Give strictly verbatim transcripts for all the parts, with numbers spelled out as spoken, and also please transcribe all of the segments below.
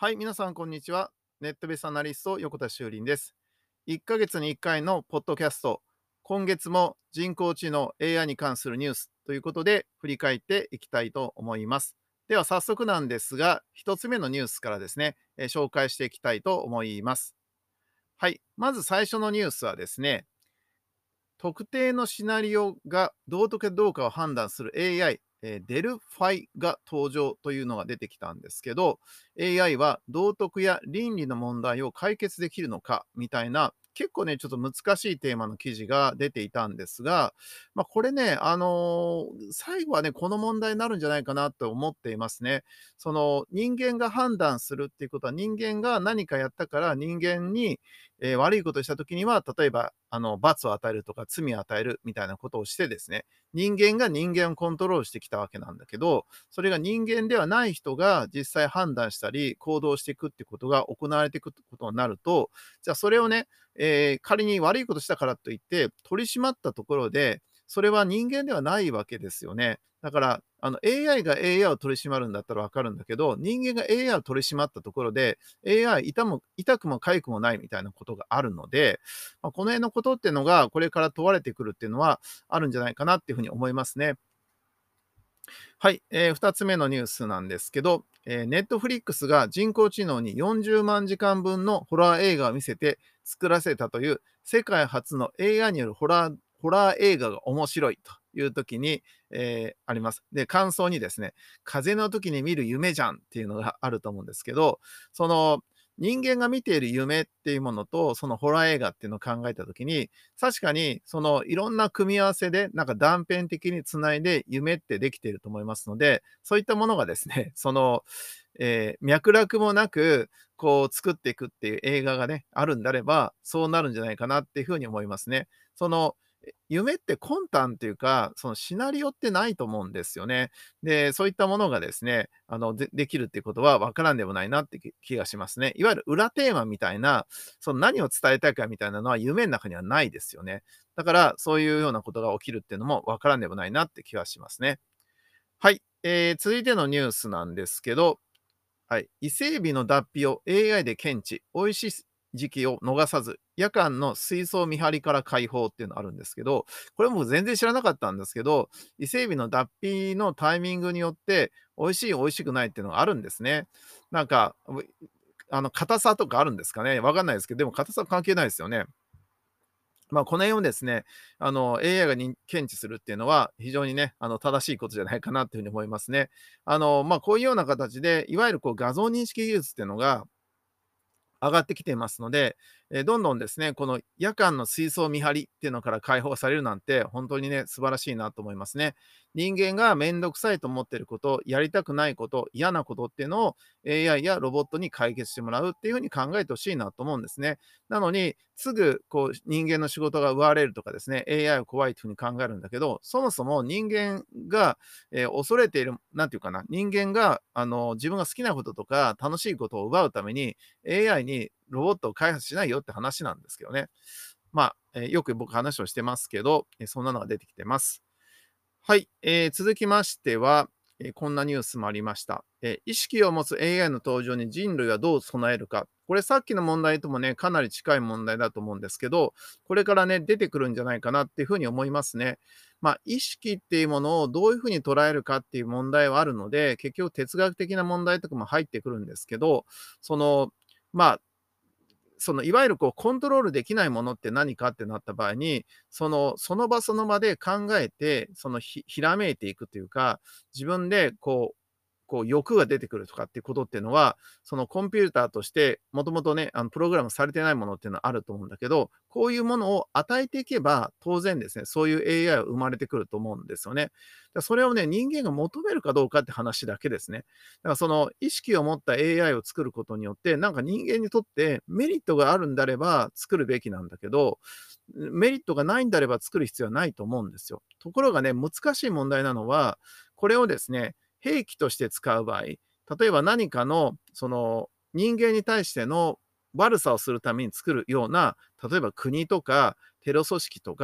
はい、皆さん、こんにちは。ネットベースアナリスト、横田修林です。いっかげつにいっかいのポッドキャスト、今月も人工知能 エーアイ に関するニュースということで振り返っていきたいと思います。では、早速なんですが、ひとつめのニュースからですね、えー紹介していきたいと思います。はい、まず最初のニュースはですね、特定のシナリオが道徳かどうかを判断する エーアイ、えーデルファイが登場というのが出てきたんですけど、エーアイ は道徳や倫理の問題を解決できるのかみたいな、結構ね、ちょっと難しいテーマの記事が出ていたんですが、まあ、これね、あのー最後はね、この問題になるんじゃないかなと思っていますね。その人間が判断するっていうことは、人間が何かやったから人間にえー悪いことをした時には、例えば、あの、罰を与えるとか罪を与えるみたいなことをしてですね、人間が人間をコントロールしてきたわけなんだけど、それが人間ではない人が実際判断したり行動していくってことが行われていくってことになると、じゃあそれをね、えー仮に悪いことしたからといって取り締まったところで、それは人間ではないわけですよね。だから、あの エーアイ が エーアイ を取り締まるんだったらわかるんだけど、人間が エーアイ を取り締まったところで、エーアイ 痛も痛くも痒くもないみたいなことがあるので、まあ、この辺のことっていうのがこれから問われてくるっていうのはあるんじゃないかなっていうふうに思いますね。はい、えー、ふたつめのニュースなんですけど、えー、ネットフリックスが人工知能によんじゅうまんじかんぶんのホラー映画を見せて作らせたという世界初の エーアイ によるホラーホラー映画が面白いという時に、えーあります。で、感想にですね、風邪の時に見る夢じゃんっていうのがあると思うんですけど、その人間が見ている夢っていうものと、そのホラー映画っていうのを考えた時に、確かに、そのいろんな組み合わせで、なんか断片的につないで夢ってできていると思いますので、そういったものがですね、その、えー脈絡もなく、こう作っていくっていう映画がね、あるんであれば、そうなるんじゃないかなっていうふうに思いますね。その、え夢って魂胆っていうか、そのシナリオってないと思うんですよね。で、そういったものがですね、あの、でできるっていうことは分からんでもないなってき気がしますね。いわゆる裏テーマみたいな、その何を伝えたいかみたいなのは夢の中にはないですよね。だから、そういうようなことが起きるっていうのも分からんでもないなって気がしますね。はい、えー続いてのニュースなんですけど、はい。伊勢海老の脱皮を エーアイ で検知、美味しい時期を逃さず、夜間の水槽見張りから解放っていうのがあるんですけど、これも全然知らなかったんですけど、伊勢海老の脱皮のタイミングによって、美味しい、美味しくないっていうのがあるんですね。なんか、うあの、硬さとかあるんですかね。わかんないですけど、でも硬さ関係ないですよね。まあ、この辺をですね、あの、エーアイ がに検知するっていうのは、非常にね、あの、正しいことじゃないかなっていうふうに思いますね。あの、まあ、こういうような形で、いわゆるこう画像認識技術っていうのが上がってきていますので、えーどんどんですね、この夜間の水槽見張りっていうのから解放されるなんて、本当にね、素晴らしいなと思いますね。人間がめんどくさいと思っていること、やりたくないこと、嫌なことっていうのを エーアイ やロボットに解決してもらうっていうふうに考えてほしいなと思うんですね。なのに、すぐこう人間の仕事が奪われるとかですね、エーアイ を怖いというふうに考えるんだけど、そもそも人間が、えー恐れている、なんていうかな、人間があの自分が好きなこととか楽しいことを奪うために、エーアイ にロボットを開発しないよって話なんですけどね。まあ、えーよく僕話をしてますけど、え、そんなのが出てきてます。はい、えー続きましては、えーこんなニュースもありました。えー意識を持つ エーアイ の登場に人類はどう備えるか。これさっきの問題ともね、かなり近い問題だと思うんですけど、これからね、出てくるんじゃないかなっていうふうに思いますね。まあ、意識っていうものをどういうふうに捉えるかっていう問題はあるので、結局哲学的な問題とかも入ってくるんですけど、その、まあ、そのいわゆるこうコントロールできないものって何かってなった場合に、そのその場その場で考えて、そのひひらめいていくというか、自分でこうこう欲が出てくるとかっていうことっていうのは、そのコンピューターとしてもともとね、あのプログラムされてないものっていうのはあると思うんだけど、こういうものを与えていけば、当然ですね、そういう エーアイ は生まれてくると思うんですよね。だからそれをね、人間が求めるかどうかって話だけですね。だからその意識を持った エーアイ を作ることによって、なんか人間にとってメリットがあるんであれば作るべきなんだけど、メリットがないんであれば作る必要はないと思うんですよ。ところがね、難しい問題なのは、これをですね、兵器として使う場合、例えば何かのその人間に対しての悪さをするために作るような、例えば国とかテロ組織とか、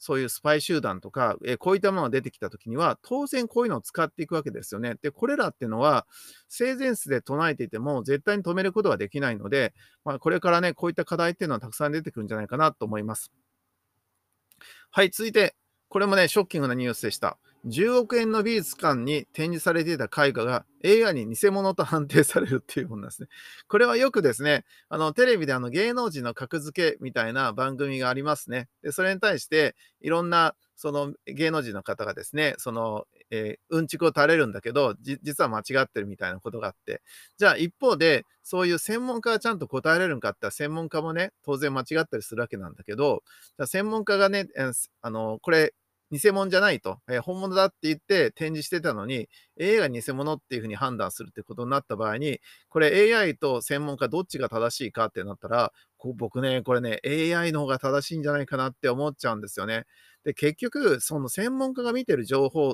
そういうスパイ集団とか、え、こういったものが出てきた時には、当然こういうのを使っていくわけですよね。で、これらっていうのは、性善説で唱えていても絶対に止めることはできないので、まあ、これからね、こういった課題っていうのはたくさん出てくるんじゃないかなと思います。はい、続いて、これもね、ショッキングなニュースでした。じゅうおくえんの美術館に展示されていた絵画が エーアイ に偽物と判定されるっていうものなんですね。これはよくですね、あのテレビであの芸能人の格付けみたいな番組がありますね。で、それに対していろんなその芸能人の方がですね、その、えーうんちくを垂れるんだけど、じ実は間違ってるみたいなことがあって、じゃあ一方で、そういう専門家がちゃんと答えられるんかって言ったら、専門家もね、当然間違ったりするわけなんだけど、じゃあ専門家がね、えーあのこれ偽物じゃないと、えー本物だって言って展示してたのに、エーアイ が偽物っていうふうに判断するってことになった場合に、これ エーアイ と専門家どっちが正しいかってなったら、こう僕ね、これね、エーアイ の方が正しいんじゃないかなって思っちゃうんですよね。で、結局、その専門家が見てる情報って、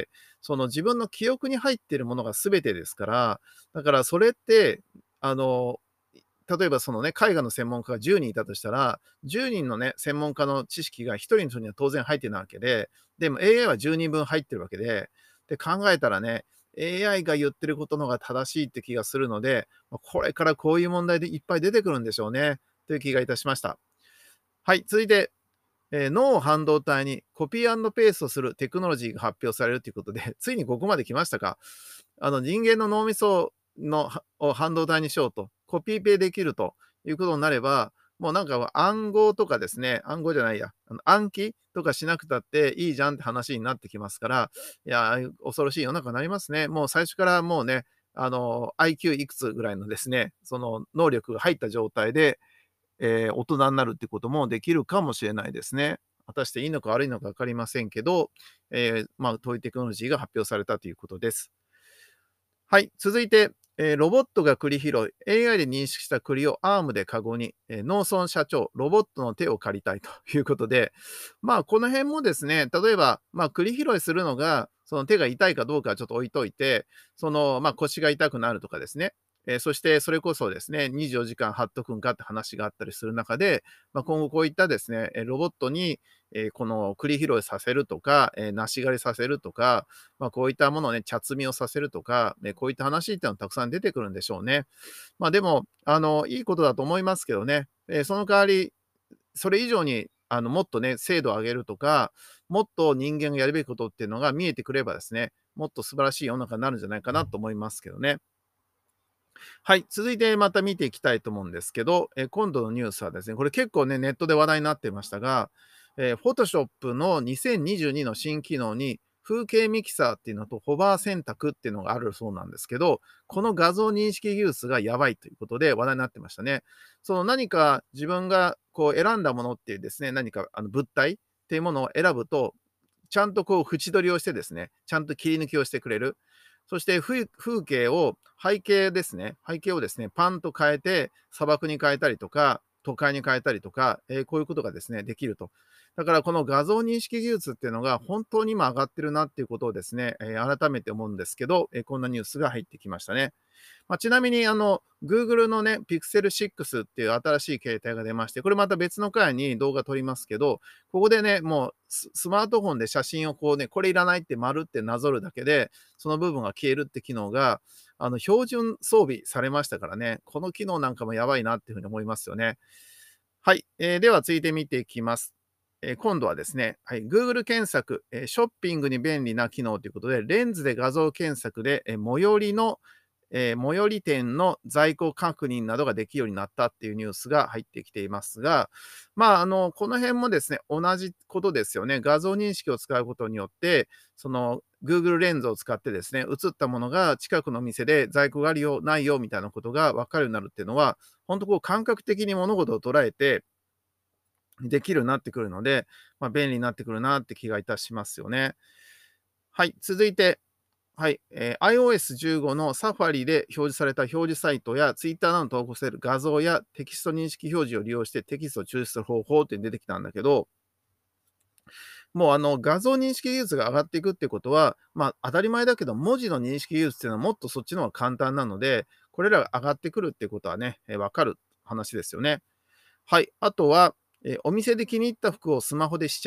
その自分の記憶に入っているものが全てですから、だからそれって、あの、例えばそのね、絵画の専門家がじゅうにんいたとしたら、じゅうにんのね、専門家の知識がひとりの人には当然入ってないわけで、でも エーアイ はじゅうにんぶん入ってるわけで、で、考えたらね、エーアイ が言ってることの方が正しいって気がするので、ま、これからこういう問題でいっぱい出てくるんでしょうね、という気がいたしました。はい、続いて、えー脳を半導体にコピーペーストするテクノロジーが発表されるということで、ついにここまで来ましたか。あの人間の脳みそのはを半導体にしようと、コピペできるということになれば、もうなんか暗号とかですね、暗号じゃないや、あの暗記とかしなくたっていいじゃんって話になってきますから、いや、恐ろしい世の中になりますね。もう最初からもうね、あの、アイキュー いくつぐらいのですね、その能力が入った状態で、えー大人になるってこともできるかもしれないですね。果たしていいのか悪いのか分かりませんけど、えーまあ、遠いテクノロジーが発表されたということです。はい、続いて、えーロボットが栗拾い、エーアイ で認識した栗をアームでカゴに、えー農村社長、ロボットの手を借りたいということで、まあ、この辺もですね、例えば、まあ、栗拾いするのが、その手が痛いかどうかはちょっと置いといて、その、まあ、腰が痛くなるとかですね、えーそしてそれこそですね、にじゅうよじかん貼っとくんかって話があったりする中で、まあ、今後こういったですね、えーロボットに、えーこの栗拾いさせるとか、えー梨狩りさせるとか、まあ、こういったものをね、茶摘みをさせるとか、ね、こういった話っていうのはたくさん出てくるんでしょうね。まあ、でも、あの、いいことだと思いますけどね。えーその代わり、それ以上に、あの、もっとね、精度を上げるとか、もっと人間がやるべきことっていうのが見えてくればですね、もっと素晴らしい世の中になるんじゃないかなと思いますけどね。はい、続いてまた見ていきたいと思うんですけど、え、今度のニュースはですね、これ結構ね、ネットで話題になってましたが、えー、Photoshop のにせんにじゅうにの新機能に、風景ミキサーっていうのとホバー選択っていうのがあるそうなんですけど、この画像認識技術がやばいということで話題になってましたね。その何か自分がこう選んだものっていうですね、何かあの物体っていうものを選ぶと、ちゃんとこう縁取りをしてですね、ちゃんと切り抜きをしてくれる。そして風風景を、背景ですね、背景をですね、パンと変えて、砂漠に変えたりとか、都会に変えたりとか、えーこういうことがですね、できると。だからこの画像認識技術っていうのが本当に今上がってるなっていうことをですね、えー改めて思うんですけど、えーこんなニュースが入ってきましたね。まあ、ちなみにあの、Google のね、Pixel シックスっていう新しい携帯が出まして、これまた別の回に動画撮りますけど、ここでね、もうススマートフォンで写真をこうね、これいらないって丸ってなぞるだけで、その部分が消えるって機能が、あの、標準装備されましたからね、この機能なんかもやばいなっていうふうに思いますよね。はい、えーでは続いて見ていきます。えー今度はですね、はい、Google 検索、えーショッピングに便利な機能ということで、レンズで画像検索で、えー最寄りのえー最寄り店の在庫確認などができるようになったっていうニュースが入ってきていますが、まあ、あの、この辺もですね、同じことですよね。画像認識を使うことによって、その Google レンズを使ってですね、映ったものが近くの店で在庫があるよ、ないよみたいなことが分かるようになるっていうのは、本当こう感覚的に物事を捉えてできるようになってくるので、まあ、便利になってくるなって気がいたしますよね。はい、続いて、はい、えー アイオーエスじゅうご のサファリで表示された表示サイトや Twitter などに投稿される画像やテキスト認識表示を利用してテキストを抽出する方法って出てきたんだけど、もうあの画像認識技術が上がっていくってことは、まあ当たり前だけど文字の認識技術っていうのはもっとそっちの方が簡単なので、これらが上がってくるってことはね、えーわかる話ですよね。はい。あとは、えーお店で気に入った服をスマホで試着。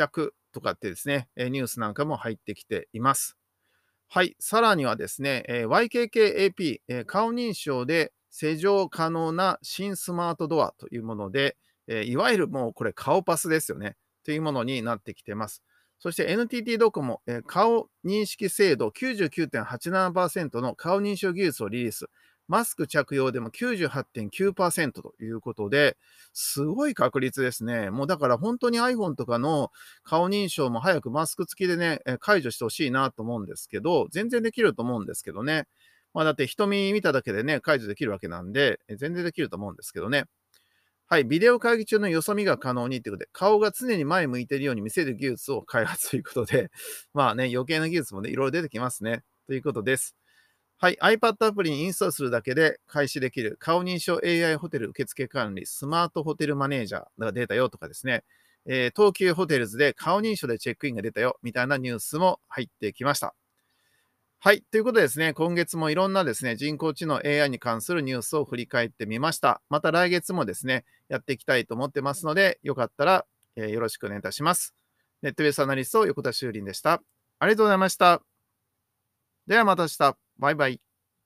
とかってですね、えニュースなんかも入ってきています。はい。さらにはですね、えー ワイケーケーエーピー、えー顔認証で施錠可能な新スマートドアというもので、えーいわゆるもうこれ顔パスですよね。というものになってきてます。そして エヌティーティー ドコモ、えー顔認識精度きゅうじゅうきゅうてんはちななパーセントの顔認証技術をリリース。マスク着用でも きゅうじゅうはちてんきゅうパーセント ということで、すごい確率ですね。もうだから本当に iPhone とかの顔認証も早くマスク付きでね、え、解除してほしいなと思うんですけど、全然できると思うんですけどね。まあ、だって瞳見ただけでね、解除できるわけなんで、え、全然できると思うんですけどね。はい、ビデオ会議中のよそ見が可能にということで、顔が常に前向いているように見せる技術を開発ということで、まあね、余計な技術もね、いろいろ出てきますね。ということです。はい、iPad アプリにインストールするだけで開始できる顔認証 エーアイ ホテル受付管理、スマートホテルマネージャーが出たよとかですね、えー東急ホテルズで顔認証でチェックインが出たよみたいなニュースも入ってきました。はい。ということでですね、今月もいろんなですね、人工知能 エーアイ に関するニュースを振り返ってみました。また来月もですね、やっていきたいと思ってますので、よかったら、えーよろしくお願いいたします。ネットベースアナリスト横田修林でした。ありがとうございました。ではまた明日。バイバイ。